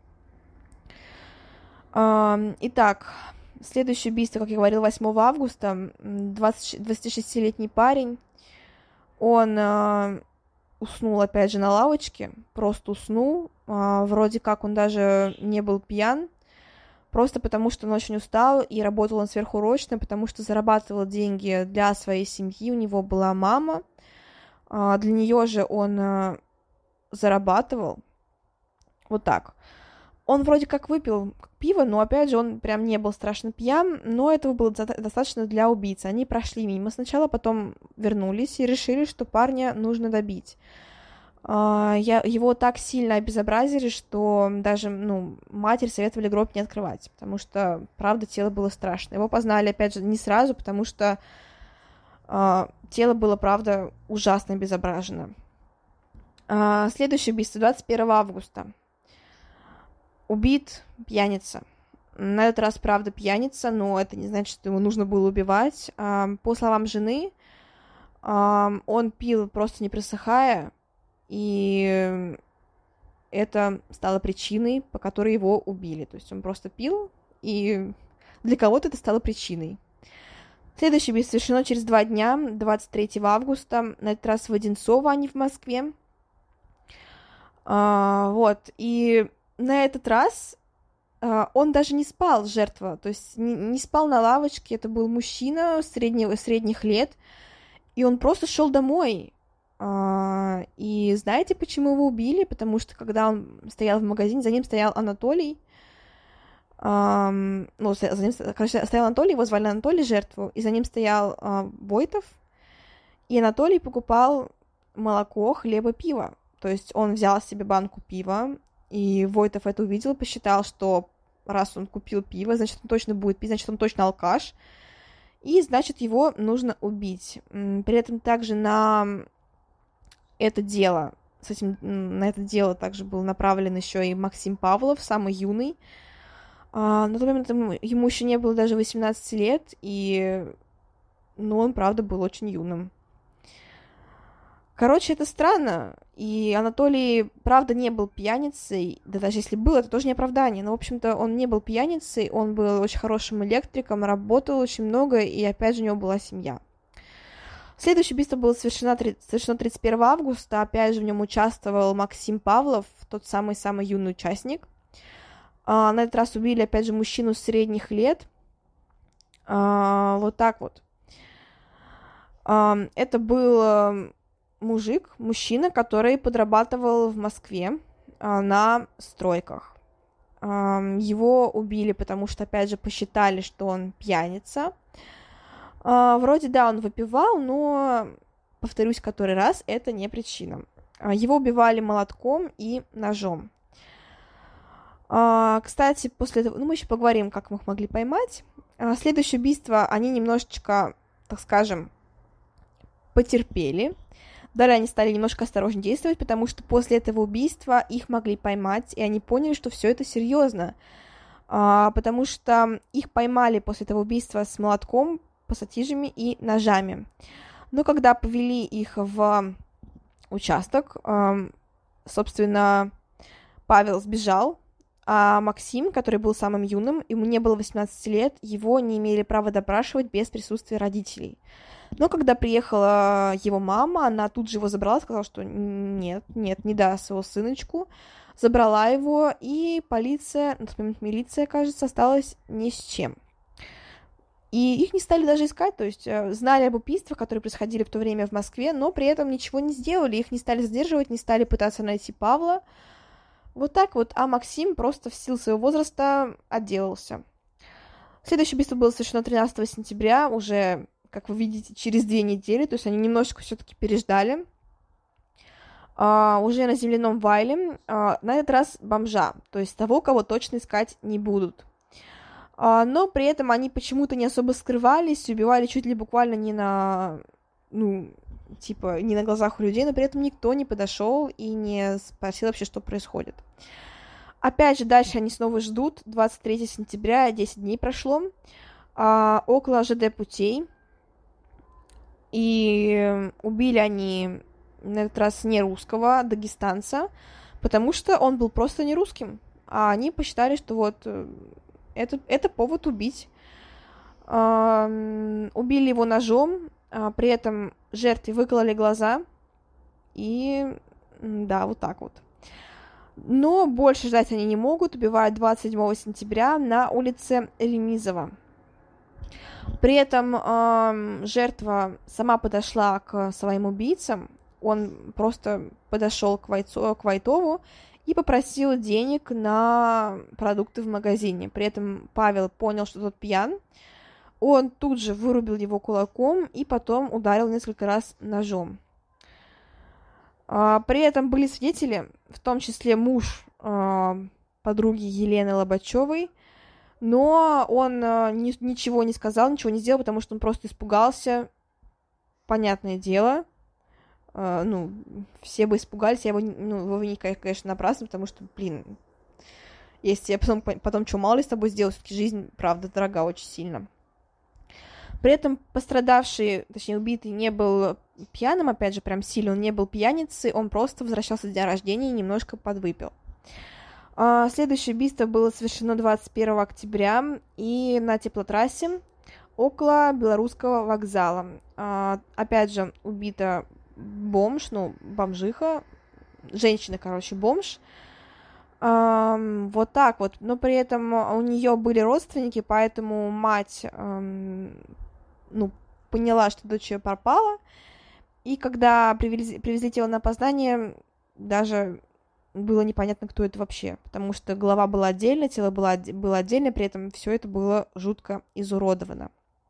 Итак, следующее убийство, как я говорила, восьмого августа. двадцатишестилетний парень, он э, уснул, опять же, на лавочке, просто уснул, э, вроде как он даже не был пьян, просто потому что он очень устал, и работал он сверхурочно, потому что зарабатывал деньги для своей семьи, у него была мама, э, для нее же он э, зарабатывал, вот так. Он вроде как выпил пиво, но, опять же, он прям не был страшно пьян, но этого было достаточно для убийцы. Они прошли мимо сначала, потом вернулись и решили, что парня нужно добить. Я, его так сильно обезобразили, что даже, ну, матери советовали гроб не открывать, потому что, правда, тело было страшно. Его познали, опять же, не сразу, потому что э, тело было, правда, ужасно обезображено. Э, следующее убийство, двадцать первого августа. Убит пьяница. На этот раз, правда, пьяница, но это не значит, что его нужно было убивать. По словам жены, он пил просто не просыхая, и это стало причиной, по которой его убили. То есть он просто пил, и для кого-то это стало причиной. Следующее убийство совершено через два дня, двадцать третьего августа, на этот раз в Одинцово, а не в Москве. Вот, и на этот раз uh, он даже не спал, жертва, то есть не, не спал на лавочке, это был мужчина среднего, средних лет, и он просто шел домой. Uh, и знаете, почему его убили? Потому что когда он стоял в магазине, за ним стоял Анатолий, um, ну, за ним, короче, стоял Анатолий, его звали Анатолий, жертву, и за ним стоял uh, Войтов, и Анатолий покупал молоко, хлеб и пиво, то есть он взял себе банку пива, и Войтов это увидел, посчитал, что раз он купил пиво, значит, он точно будет пить, значит, он точно алкаш, и, значит, его нужно убить. При этом также на это дело, с этим, на это дело также был направлен еще и Максим Павлов, самый юный. На тот момент ему еще не было даже восемнадцати лет, и, ну, он, правда, был очень юным. Короче, это странно, и Анатолий, правда, не был пьяницей, да даже если был, это тоже не оправдание, но, в общем-то, он не был пьяницей, он был очень хорошим электриком, работал очень много, и, опять же, у него была семья. Следующее убийство было совершено, совершено тридцать первого августа, опять же, в нем участвовал Максим Павлов, тот самый-самый юный участник. На этот раз убили, опять же, мужчину средних лет, вот так вот. Это был мужик, мужчина, который подрабатывал в Москве а, на стройках. А, его убили, потому что, опять же, посчитали, что он пьяница. А, вроде, да, он выпивал, но, повторюсь который раз, это не причина. А, его убивали молотком и ножом. А, кстати, после этого, ну, мы еще поговорим, как мы их могли поймать. А, следующее убийство, они немножечко, так скажем, потерпели. Далее они стали немножко осторожнее действовать, потому что после этого убийства их могли поймать, и они поняли, что все это серьезно, а, потому что их поймали после этого убийства с молотком, пассатижами и ножами. Но когда повели их в участок, а, собственно, Павел сбежал, а Максим, который был самым юным, ему не было восемнадцати лет, его не имели права допрашивать без присутствия родителей. Но когда приехала его мама, она тут же его забрала, сказала, что нет, нет, не даст своего сыночку, забрала его, и полиция, на тот момент милиция, кажется, осталась ни с чем. И их не стали даже искать, то есть знали об убийствах, которые происходили в то время в Москве, но при этом ничего не сделали, их не стали задерживать, не стали пытаться найти Павла. Вот так вот, а Максим просто в силу своего возраста отделался. Следующее убийство было совершено тринадцатого сентября, уже, как вы видите, через две недели, то есть они немножечко все-таки переждали. Uh, уже на земляном вайле, uh, на этот раз бомжа, то есть того, кого точно искать не будут. Uh, но при этом они почему-то не особо скрывались, убивали чуть ли буквально не на, ну, типа, не на глазах у людей, но при этом никто не подошел и не спросил вообще, что происходит. Опять же, дальше они снова ждут, двадцать третьего сентября, десять дней прошло, uh, около ЖД путей, и убили они на этот раз не русского, а дагестанца, потому что он был просто не русским, а они посчитали, что вот это, это повод убить. А, убили его ножом, а, при этом жертве выкололи глаза, и да, вот так вот. Но больше ждать они не могут, убивают двадцать седьмого сентября на улице Ремизова. При этом а, жертва сама подошла к своим убийцам, он просто подошел к, Войцо, к Войтову и попросил денег на продукты в магазине. При этом Павел понял, что тот пьян. Он тут же вырубил его кулаком и потом ударил несколько раз ножом. При этом были свидетели, в том числе муж подруги Елены Лобачевой, но он ничего не сказал, ничего не сделал, потому что он просто испугался. Понятное дело. Uh, ну, все бы испугались, я его, ну, его винить, конечно, напрасно, потому что, блин, если я потом, потом что, мало ли с тобой сделал, все-таки жизнь, правда, дорога очень сильно. При этом пострадавший, точнее, убитый не был пьяным, опять же, прям сильно, он не был пьяницей, он просто возвращался с дня рождения и немножко подвыпил. Uh, следующее убийство было совершено двадцать первого октября, и на теплотрассе около Белорусского вокзала. Uh, опять же, убита бомж, ну, бомжиха, женщина, короче, бомж. Эм, вот так вот. Но при этом у нее были родственники, поэтому мать, эм, ну, поняла, что дочь ее пропала. И когда привезли, привезли тело на опознание, даже было непонятно, кто это вообще. Потому что голова была отдельно, тело было, было отдельно, при этом все это было жутко изуродовано.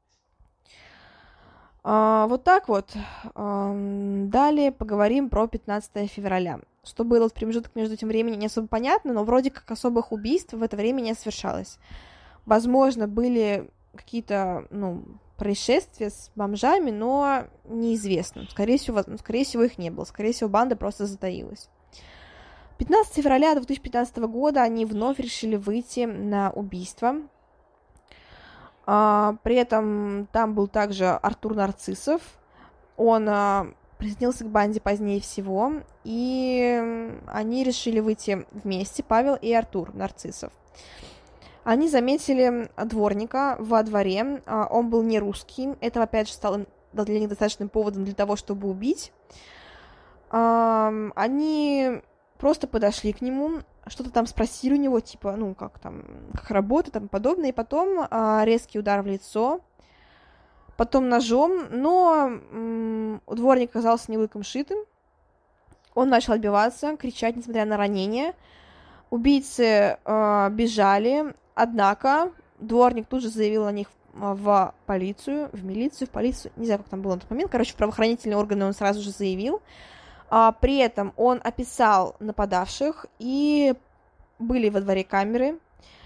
Uh, вот так вот. Uh, далее поговорим про пятнадцатого февраля. Что было в промежуток между этим временем, не особо понятно, но вроде как особых убийств в это время не совершалось. Возможно, были какие-то, ну, происшествия с бомжами, но неизвестно. Скорее всего, скорее всего, их не было. Скорее всего, банда просто затаилась. пятнадцатого февраля две тысячи пятнадцатого года они вновь решили выйти на убийство. Uh, при этом там был также Артур Нарциссов. Он uh, присоединился к банде позднее всего, и они решили выйти вместе, Павел и Артур Нарциссов. Они заметили дворника во дворе, uh, он был не русский, это опять же стало для них достаточным поводом для того, чтобы убить. Uh, они просто подошли к нему, что-то там спросили у него, типа, ну, как там, как работа, там, подобное, и потом а, резкий удар в лицо, потом ножом, но м- дворник оказался не лыком шитым, он начал отбиваться, кричать, несмотря на ранение, убийцы а, бежали, однако дворник тут же заявил на них в, в полицию, в милицию, в полицию, не знаю, как там было на тот момент, короче, в правоохранительные органы он сразу же заявил. А, при этом он описал нападавших, и были во дворе камеры.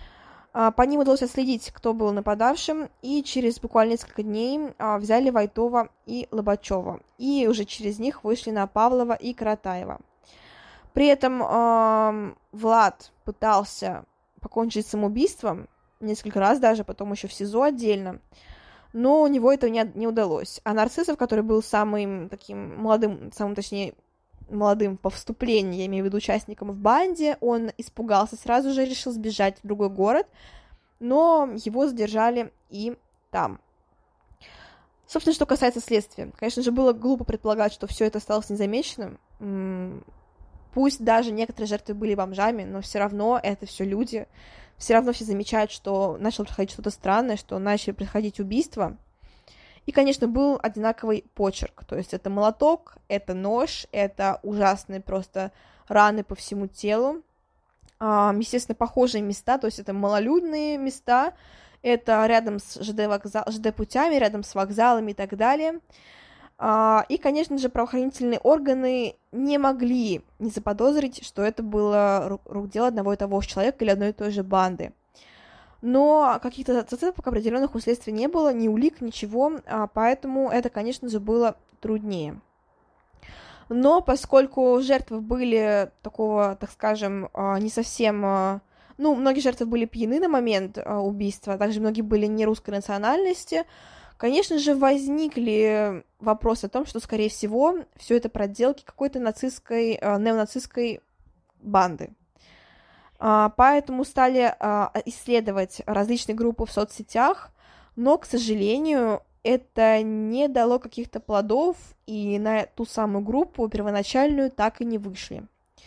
А, по ним удалось отследить, кто был нападавшим, и через буквально несколько дней а, взяли Войтова и Лобачева, и уже через них вышли на Павлова и Каратаева. При этом э, Влад пытался покончить самоубийством несколько раз даже, потом еще в СИЗО отдельно, но у него это не, не удалось. А Нарциссов, который был самым таким молодым, самым, точнее, молодым по вступлению, я имею в виду участником в банде, он испугался, сразу же решил сбежать в другой город, но его задержали и там. Собственно, что касается следствия. Конечно же, было глупо предполагать, что все это осталось незамеченным. Пусть даже некоторые жертвы были бомжами, но все равно это все люди. Все равно все замечают, что начало происходить что-то странное, что начали происходить убийства. И, конечно, был одинаковый почерк. То есть это молоток, это нож, это ужасные просто раны по всему телу. Естественно, похожие места, то есть это малолюдные места, это рядом с ЖД, вокзал, ЖД-путями, рядом с вокзалами и так далее. И, конечно же, правоохранительные органы не могли не заподозрить, что это было рук дело одного и того же человека или одной и той же банды. Но каких-то зацепок определенных у следствия не было, ни улик, ничего, поэтому это, конечно же, было труднее. Но поскольку жертвы были такого, так скажем, не совсем... Ну, многие жертвы были пьяны на момент убийства, а также многие были не русской национальности, конечно же, возникли вопросы о том, что, скорее всего, все это проделки какой-то нацистской, неонацистской банды. Поэтому стали исследовать различные группы в соцсетях, но, к сожалению, это не дало каких-то плодов, и на ту самую группу первоначальную так и не вышли.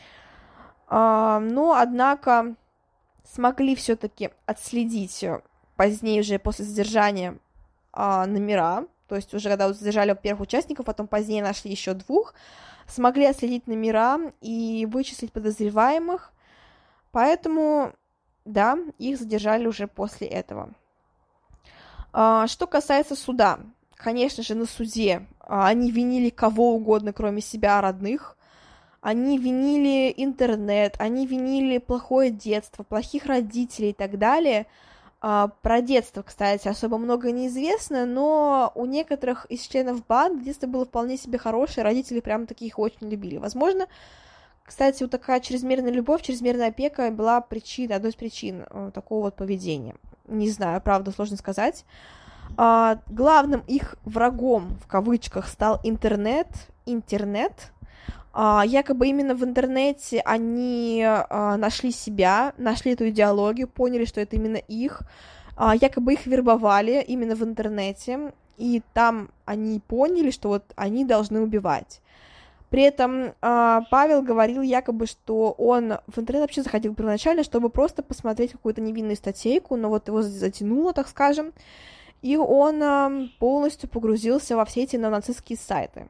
Но, однако, смогли все-таки отследить позднее, уже после задержания, номера, то есть уже когда задержали первых участников, потом позднее нашли еще двух, смогли отследить номера и вычислить подозреваемых, поэтому, да, их задержали уже после этого. Что касается суда, конечно же, на суде они винили кого угодно, кроме себя, родных, они винили интернет, они винили плохое детство, плохих родителей и так далее. Про детство, кстати, особо много неизвестно, но у некоторых из членов банд детство было вполне себе хорошее, родители прям таких очень любили. Возможно, кстати, вот такая чрезмерная любовь, чрезмерная опека была причиной, одной из причин такого вот поведения. Не знаю, правда, сложно сказать. Главным их врагом, в кавычках, стал интернет, интернет. Якобы именно в интернете они нашли себя, нашли эту идеологию, поняли, что это именно их. Якобы их вербовали именно в интернете, и там они поняли, что вот они должны убивать. При этом Павел говорил якобы, что он в интернет вообще заходил первоначально, чтобы просто посмотреть какую-то невинную статейку, но вот его затянуло, так скажем, и он полностью погрузился во все эти неонацистские сайты.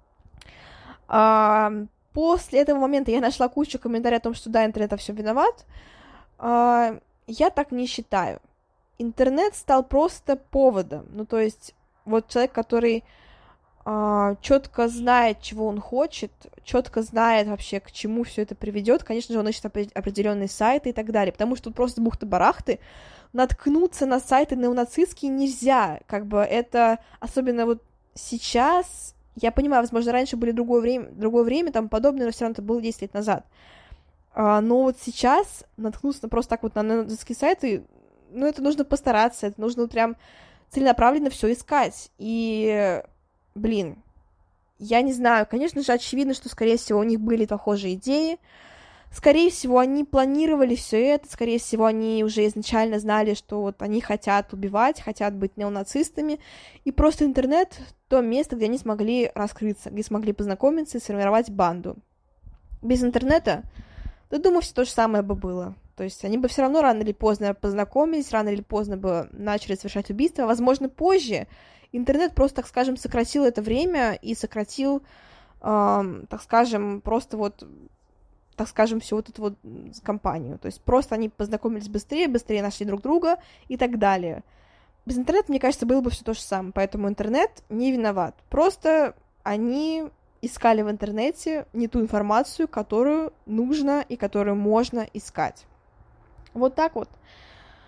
После этого момента я нашла кучу комментариев о том, что да, интернет во всем виноват. Я так не считаю. Интернет стал просто поводом. Ну, то есть, вот человек, который четко знает, чего он хочет, четко знает вообще, к чему все это приведет, конечно же, он ищет определенные сайты и так далее, потому что тут просто бухты-барахты, наткнуться на сайты неонацистские нельзя, как бы это, особенно вот сейчас. Я понимаю, возможно, раньше были другое время, другое время, там подобное, но все равно это было десять лет назад. А, но вот сейчас наткнуться просто так вот на нацистские сайты, ну, это нужно постараться, это нужно прям целенаправленно все искать. И, блин, я не знаю, конечно же, очевидно, что, скорее всего, у них были похожие идеи, скорее всего, они планировали все это, скорее всего, они уже изначально знали, что вот они хотят убивать, хотят быть неонацистами, и просто интернет — то место, где они смогли раскрыться, где смогли познакомиться и сформировать банду. Без интернета, да, думаю, все то же самое бы было. То есть они бы все равно рано или поздно познакомились, рано или поздно бы начали совершать убийства, возможно, позже. Интернет просто, так скажем, сократил это время и сократил, э, так скажем, просто вот... так скажем, всю вот эту вот компанию. То есть просто они познакомились быстрее, быстрее нашли друг друга и так далее. Без интернета, мне кажется, было бы все то же самое. Поэтому интернет не виноват. Просто они искали в интернете не ту информацию, которую нужно и которую можно искать. Вот так вот.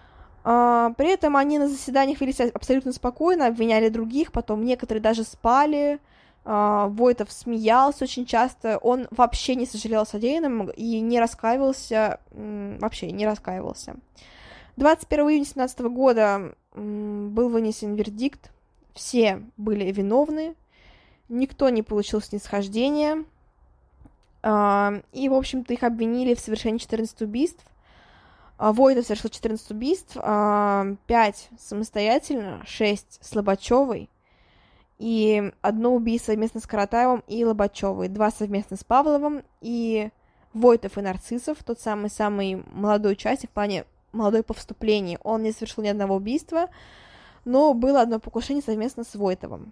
А, при этом они на заседаниях вели себя абсолютно спокойно, обвиняли других, потом некоторые даже спали. А, Войтов смеялся очень часто, он вообще не сожалел о содеянном и не раскаивался, вообще не раскаивался. двадцать первого июня две тысячи семнадцатого года был вынесен вердикт, все были виновны, никто не получил снисхождения, и, в общем-то, их обвинили в совершении четырнадцати убийств. Войтов совершил четырнадцать убийств, пять самостоятельно, шесть с Лобачевой, и одно убийство совместно с Каратаевым и Лобачевой, два совместно с Павловым, и Войтов и Нарциссов, тот самый-самый молодой участник, в плане молодой по вступлению, он не совершил ни одного убийства, но было одно покушение совместно с Войтовым.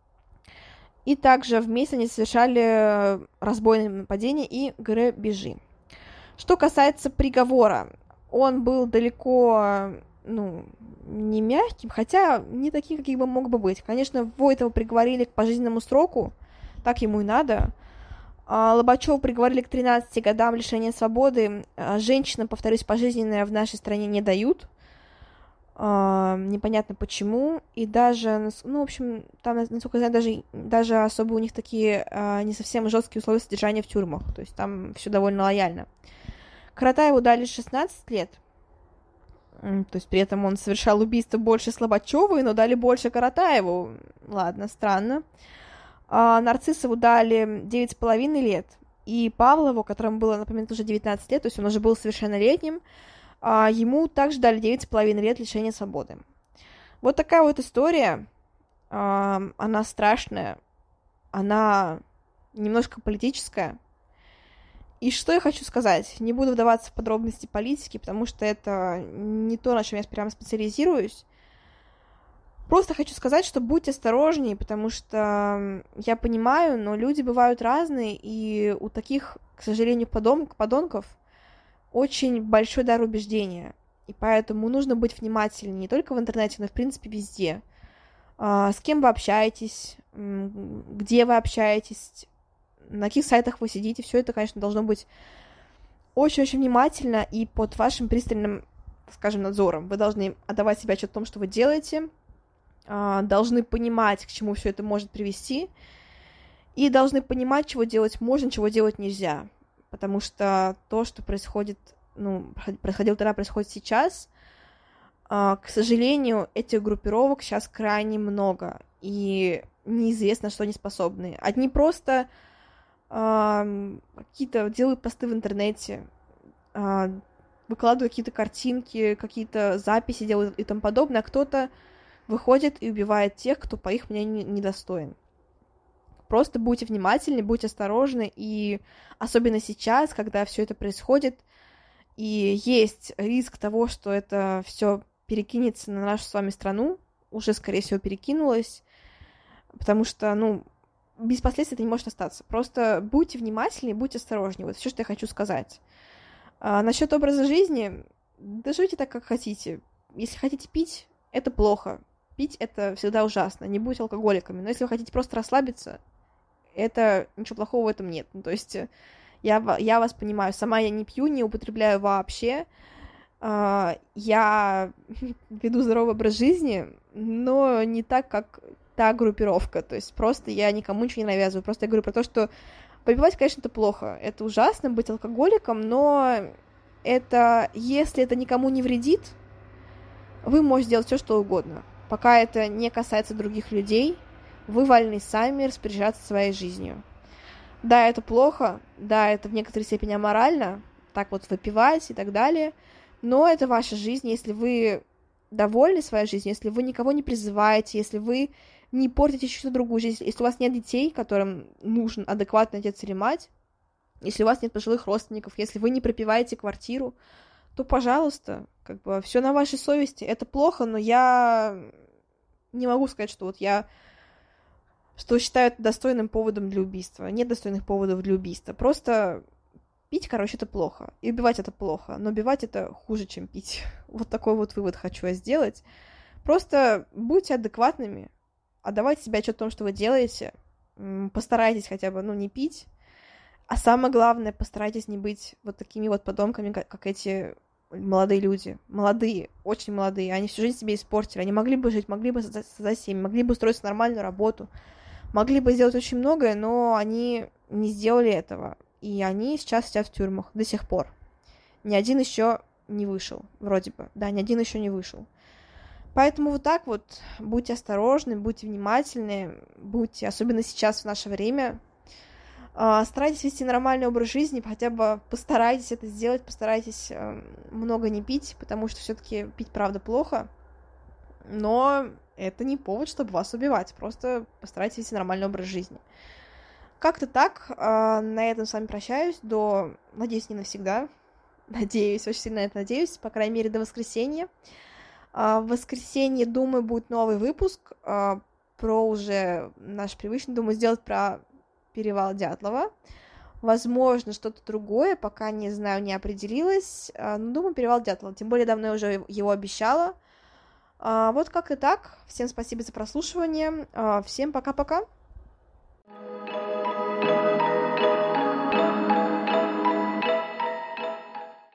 И также вместе они совершали разбойные нападения и грабежи. Что касается приговора, он был далеко, ну, не мягким, хотя не таким, каким бы мог бы быть. Конечно, Войтова приговорили к пожизненному сроку, так ему и надо. Лобачеву приговорили к тринадцати годам лишения свободы. Женщинам, повторюсь, пожизненное в нашей стране не дают. Непонятно почему. И даже, ну, в общем, там, насколько я знаю, даже, даже особо у них такие не совсем жесткие условия содержания в тюрьмах. То есть там все довольно лояльно. Каратаеву дали шестнадцать лет. То есть при этом он совершал убийство больше Слободчёвой, но дали больше Каратаеву. Ладно, странно. А Нарциссову дали девять с половиной лет. И Павлову, которому было, напомню, уже девятнадцать лет, то есть он уже был совершеннолетним, ему также дали девять с половиной лет лишения свободы. Вот такая вот история. Она страшная. Она немножко политическая. И что я хочу сказать? Не буду вдаваться в подробности политики, потому что это не то, на чем я прямо специализируюсь. Просто хочу сказать, что будьте осторожнее, потому что я понимаю, но люди бывают разные, и у таких, к сожалению, подон- подонков очень большой дар убеждения. И поэтому нужно быть внимательнее не только в интернете, но и, в принципе, везде. С кем вы общаетесь, где вы общаетесь, на каких сайтах вы сидите, все это, конечно, должно быть очень-очень внимательно и под вашим пристальным, скажем, надзором. Вы должны отдавать себе отчет о том, что вы делаете, должны понимать, к чему все это может привести, и должны понимать, чего делать можно, чего делать нельзя. Потому что то, что происходит, ну, происходило тогда, происходит сейчас, к сожалению, этих группировок сейчас крайне много, и неизвестно, что они способны. Одни просто Uh, какие-то делают посты в интернете, uh, выкладывают какие-то картинки, какие-то записи делают и тому подобное, а кто-то выходит и убивает тех, кто, по их мнению, недостоин. Просто будьте внимательны, будьте осторожны, и особенно сейчас, когда все это происходит, и есть риск того, что это все перекинется на нашу с вами страну, уже, скорее всего, перекинулось, потому что, ну, без последствий это не может остаться. Просто будьте внимательнее, будьте осторожнее. Вот все, что я хочу сказать. А, насчет образа жизни, да живите так, как хотите. Если хотите пить, это плохо. Пить это всегда ужасно. Не будьте алкоголиками. Но если вы хотите просто расслабиться, это ничего плохого в этом нет. Ну, то есть я, я вас понимаю. Сама я не пью, не употребляю вообще. А, я веду здоровый образ жизни, но не так, как та группировка, то есть просто я никому ничего не навязываю, просто я говорю про то, что попивать, конечно, это плохо, это ужасно быть алкоголиком, но это, если это никому не вредит, вы можете делать все, что угодно, пока это не касается других людей, вы вольны сами распоряжаться своей жизнью. Да, это плохо, да, это в некоторой степени аморально, так вот выпивать и так далее, но это ваша жизнь, если вы довольны своей жизнью, если вы никого не призываете, если вы не портите чью-то другую жизнь, если у вас нет детей, которым нужен адекватный отец или мать, если у вас нет пожилых родственников, если вы не пропиваете квартиру, то, пожалуйста, как бы все на вашей совести. Это плохо, но я не могу сказать, что вот я что считаю это достойным поводом для убийства. Нет достойных поводов для убийства. Просто пить, короче, это плохо. И убивать это плохо. Но убивать это хуже, чем пить. Вот такой вот вывод хочу я сделать. Просто будьте адекватными. Отдавайте себе отчет о том, что вы делаете. Постарайтесь хотя бы, ну, не пить. А самое главное, постарайтесь не быть вот такими вот подонками, как, как эти молодые люди, молодые, очень молодые, они всю жизнь себе испортили, они могли бы жить, могли бы создать семьи, могли бы устроиться в нормальную работу, могли бы сделать очень многое, но они не сделали этого, и они сейчас сидят в тюрьмах до сих пор. Ни один еще не вышел, вроде бы, да, ни один еще не вышел. Поэтому вот так вот, будьте осторожны, будьте внимательны, будьте, особенно сейчас, в наше время, старайтесь вести нормальный образ жизни, хотя бы постарайтесь это сделать, постарайтесь много не пить, потому что все-таки пить, правда, плохо, но это не повод, чтобы вас убивать, просто постарайтесь вести нормальный образ жизни. Как-то так, на этом с вами прощаюсь, до, надеюсь, не навсегда, надеюсь, очень сильно на это надеюсь, по крайней мере, до воскресенья. В воскресенье, думаю, будет новый выпуск про уже наш привычный, думаю, сделать про перевал Дятлова. Возможно, что-то другое, пока не знаю, не определилась, но думаю, перевал Дятлова, тем более давно я уже его обещала. Вот как и так. Всем спасибо за прослушивание, всем пока-пока.